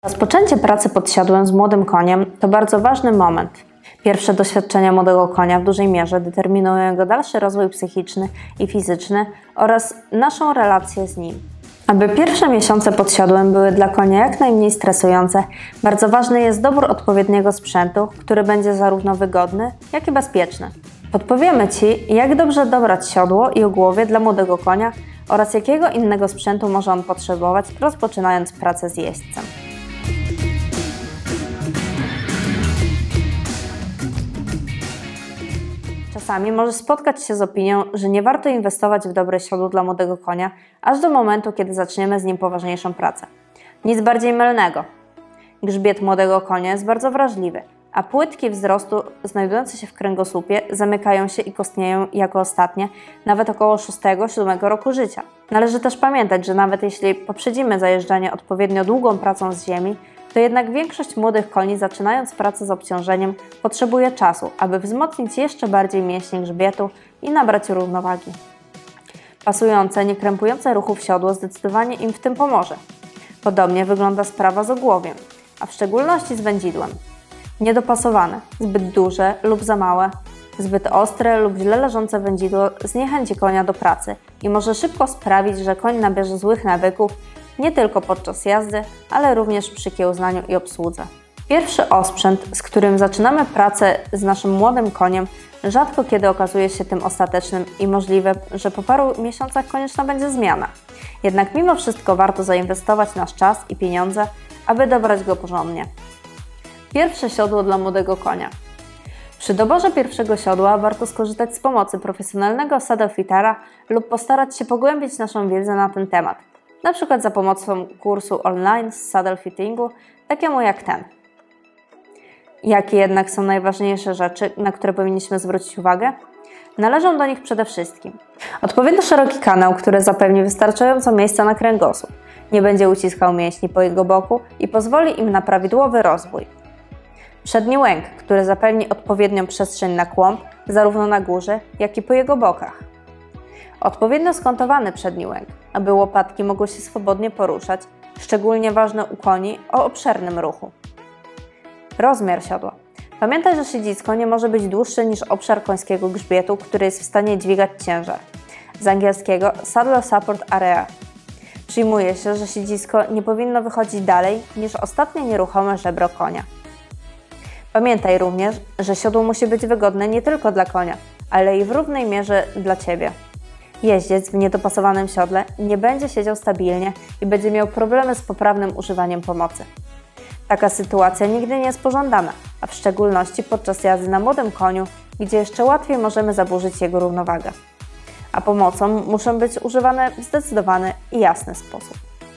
Rozpoczęcie pracy pod siodłem z młodym koniem to bardzo ważny moment. Pierwsze doświadczenia młodego konia w dużej mierze determinują jego dalszy rozwój psychiczny i fizyczny oraz naszą relację z nim. Aby pierwsze miesiące pod siodłem były dla konia jak najmniej stresujące, bardzo ważny jest dobór odpowiedniego sprzętu, który będzie zarówno wygodny, jak i bezpieczny. Podpowiemy Ci, jak dobrze dobrać siodło i ogłowie dla młodego konia oraz jakiego innego sprzętu może on potrzebować, rozpoczynając pracę z jeźdźcem. Czasami możesz spotkać się z opinią, że nie warto inwestować w dobre siodło dla młodego konia, aż do momentu, kiedy zaczniemy z nim poważniejszą pracę. Nic bardziej mylnego. Grzbiet młodego konia jest bardzo wrażliwy, a płytki wzrostu znajdujące się w kręgosłupie zamykają się i kostnieją jako ostatnie, nawet około 6-7 roku życia. Należy też pamiętać, że nawet jeśli poprzedzimy zajeżdżanie odpowiednio długą pracą z ziemi, to jednak większość młodych koni, zaczynając pracę z obciążeniem, potrzebuje czasu, aby wzmocnić jeszcze bardziej mięśnie grzbietu i nabrać równowagi. Pasujące, niekrępujące ruchów siodło zdecydowanie im w tym pomoże. Podobnie wygląda sprawa z ogłowiem, a w szczególności z wędzidłem. Niedopasowane, zbyt duże lub za małe, zbyt ostre lub źle leżące wędzidło zniechęci konia do pracy i może szybko sprawić, że koń nabierze złych nawyków nie tylko podczas jazdy, ale również przy kiełznaniu i obsłudze. Pierwszy osprzęt, z którym zaczynamy pracę z naszym młodym koniem, rzadko kiedy okazuje się tym ostatecznym i możliwe, że po paru miesiącach konieczna będzie zmiana. Jednak mimo wszystko warto zainwestować nasz czas i pieniądze, aby dobrać go porządnie. Pierwsze siodło dla młodego konia. Przy doborze pierwszego siodła warto skorzystać z pomocy profesjonalnego saddlefittera lub postarać się pogłębić naszą wiedzę na ten temat. Na przykład za pomocą kursu online z saddlefittingu, takiemu jak ten. Jakie jednak są najważniejsze rzeczy, na które powinniśmy zwrócić uwagę? Należą do nich przede wszystkim odpowiednio szeroki kanał, który zapewni wystarczająco miejsca na kręgosłup, nie będzie uciskał mięśni po jego boku i pozwoli im na prawidłowy rozwój. Przedni łęk, który zapewni odpowiednią przestrzeń na kłąb, zarówno na górze, jak i po jego bokach. Odpowiednio skontowany przedni łęk, aby łopatki mogły się swobodnie poruszać, szczególnie ważne u koni o obszernym ruchu. Rozmiar siodła. Pamiętaj, że siedzisko nie może być dłuższe niż obszar końskiego grzbietu, który jest w stanie dźwigać ciężar. Z angielskiego Saddle Support Area. Przyjmuje się, że siedzisko nie powinno wychodzić dalej niż ostatnie nieruchome żebro konia. Pamiętaj również, że siodło musi być wygodne nie tylko dla konia, ale i w równej mierze dla Ciebie. Jeździec w niedopasowanym siodle nie będzie siedział stabilnie i będzie miał problemy z poprawnym używaniem pomocy. Taka sytuacja nigdy nie jest pożądana, a w szczególności podczas jazdy na młodym koniu, gdzie jeszcze łatwiej możemy zaburzyć jego równowagę. A pomocą muszą być używane w zdecydowany i jasny sposób.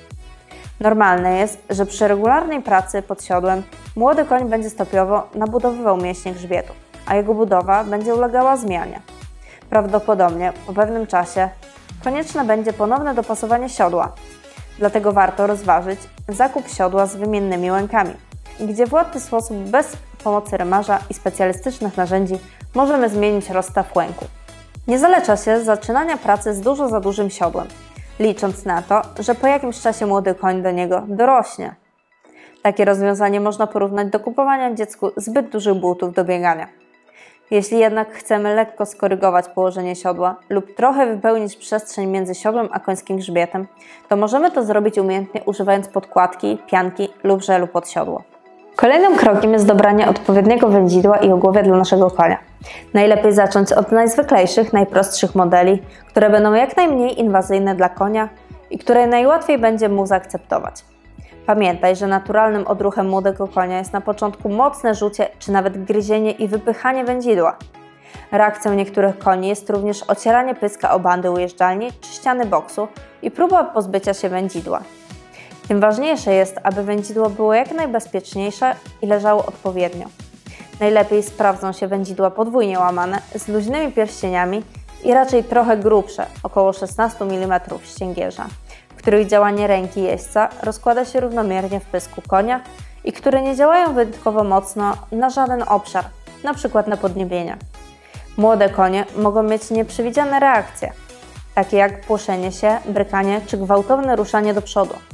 Normalne jest, że przy regularnej pracy pod siodłem młody koń będzie stopniowo nabudowywał mięśnie grzbietu, a jego budowa będzie ulegała zmianie. Prawdopodobnie po pewnym czasie konieczne będzie ponowne dopasowanie siodła. Dlatego warto rozważyć zakup siodła z wymiennymi łękami, gdzie w łatwy sposób bez pomocy remarza i specjalistycznych narzędzi możemy zmienić rozstaw łęku. Nie zaleca się zaczynania pracy z dużo za dużym siodłem, licząc na to, że po jakimś czasie młody koń do niego dorośnie. Takie rozwiązanie można porównać do kupowania dziecku zbyt dużych butów do biegania. Jeśli jednak chcemy lekko skorygować położenie siodła lub trochę wypełnić przestrzeń między siodłem a końskim grzbietem, to możemy to zrobić umiejętnie używając podkładki, pianki lub żelu pod siodło. Kolejnym krokiem jest dobranie odpowiedniego wędzidła i ogłowia dla naszego konia. Najlepiej zacząć od najzwyklejszych, najprostszych modeli, które będą jak najmniej inwazyjne dla konia i które najłatwiej będzie mu zaakceptować. Pamiętaj, że naturalnym odruchem młodego konia jest na początku mocne rzucie czy nawet gryzienie i wypychanie wędzidła. Reakcją niektórych koni jest również ocieranie pyska o bandy ujeżdżalni czy ściany boksu i próba pozbycia się wędzidła. Tym ważniejsze jest, aby wędzidło było jak najbezpieczniejsze i leżało odpowiednio. Najlepiej sprawdzą się wędzidła podwójnie łamane z luźnymi pierścieniami i raczej trochę grubsze, około 16 mm ścięgierza, których działanie ręki jeźdźca rozkłada się równomiernie w pysku konia i które nie działają wyjątkowo mocno na żaden obszar, np. na podniebienia. Młode konie mogą mieć nieprzewidziane reakcje, takie jak płoszenie się, brykanie czy gwałtowne ruszanie do przodu.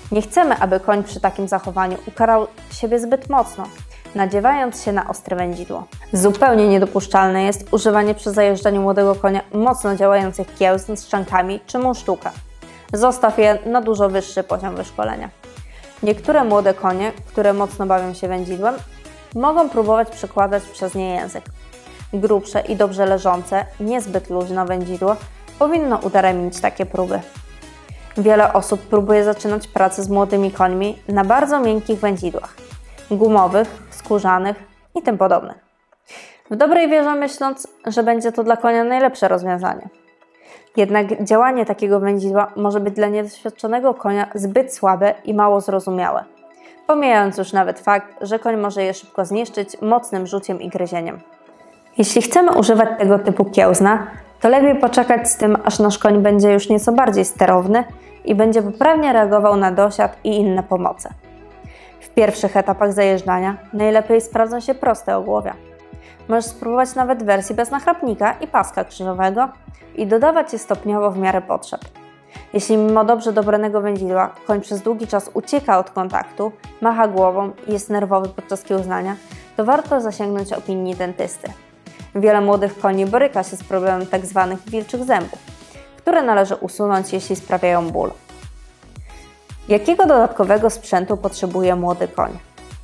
Nie chcemy, aby koń przy takim zachowaniu ukarał siebie zbyt mocno, nadziewając się na ostre wędzidło. Zupełnie niedopuszczalne jest używanie przy zajeżdżaniu młodego konia mocno działających kiełzn z szankami czy musztuka. Zostaw je na dużo wyższy poziom wyszkolenia. Niektóre młode konie, które mocno bawią się wędzidłem, mogą próbować przekładać przez nie język. Grubsze i dobrze leżące, niezbyt luźne wędzidło powinno udaremnić takie próby. Wiele osób próbuje zaczynać pracę z młodymi końmi na bardzo miękkich wędzidłach, gumowych, skórzanych i tym podobnych. W dobrej wierze myśląc, że będzie to dla konia najlepsze rozwiązanie. Jednak działanie takiego wędzidła może być dla niedoświadczonego konia zbyt słabe i mało zrozumiałe, pomijając już nawet fakt, że koń może je szybko zniszczyć mocnym rzuciem i gryzieniem. Jeśli chcemy używać tego typu kiełzna, to lepiej poczekać z tym, aż nasz koń będzie już nieco bardziej sterowny i będzie poprawnie reagował na dosiad i inne pomoce. W pierwszych etapach zajeżdżania najlepiej sprawdzą się proste ogłowia. Możesz spróbować nawet wersji bez nachrapnika i paska krzyżowego i dodawać je stopniowo w miarę potrzeb. Jeśli mimo dobrze dobranego wędzidła koń przez długi czas ucieka od kontaktu, macha głową i jest nerwowy podczas kiełznania, to warto zasięgnąć opinii dentysty. Wiele młodych koni boryka się z problemem tzw. wilczych zębów, które należy usunąć, jeśli sprawiają ból. Jakiego dodatkowego sprzętu potrzebuje młody koń?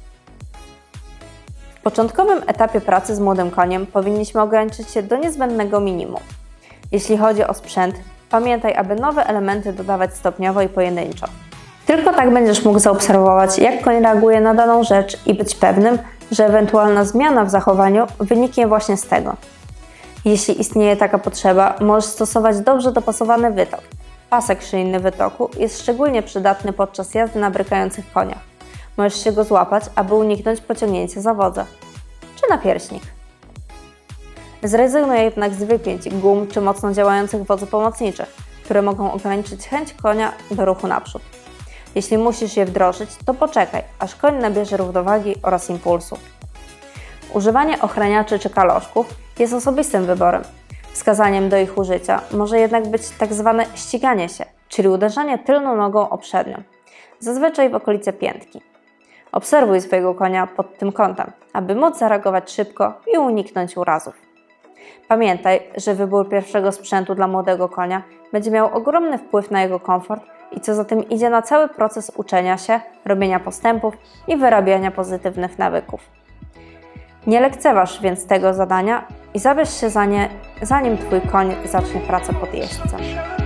W początkowym etapie pracy z młodym koniem powinniśmy ograniczyć się do niezbędnego minimum. Jeśli chodzi o sprzęt, pamiętaj, aby nowe elementy dodawać stopniowo i pojedynczo. Tylko tak będziesz mógł zaobserwować, jak koń reaguje na daną rzecz i być pewnym, że ewentualna zmiana w zachowaniu wyniknie właśnie z tego. Jeśli istnieje taka potrzeba, możesz stosować dobrze dopasowany wytok. Pasek szyjny wytoku jest szczególnie przydatny podczas jazdy na brykających koniach. Możesz się go złapać, aby uniknąć pociągnięcia za wodza, czy napierśnik. Zrezygnuj jednak z wypięć, gum czy mocno działających wodzopomocniczych, które mogą ograniczyć chęć konia do ruchu naprzód. Jeśli musisz je wdrożyć, to poczekaj, aż koń nabierze równowagi oraz impulsu. Używanie ochraniaczy czy kaloszków jest osobistym wyborem. Wskazaniem do ich użycia może jednak być tzw. ściganie się, czyli uderzanie tylną nogą o przednią, zazwyczaj w okolice piętki. Obserwuj swojego konia pod tym kątem, aby móc zareagować szybko i uniknąć urazów. Pamiętaj, że wybór pierwszego sprzętu dla młodego konia będzie miał ogromny wpływ na jego komfort i co za tym idzie na cały proces uczenia się, robienia postępów i wyrabiania pozytywnych nawyków. Nie lekceważ więc tego zadania i zabierz się za nie, zanim Twój koń zacznie pracę pod jeźdźcem.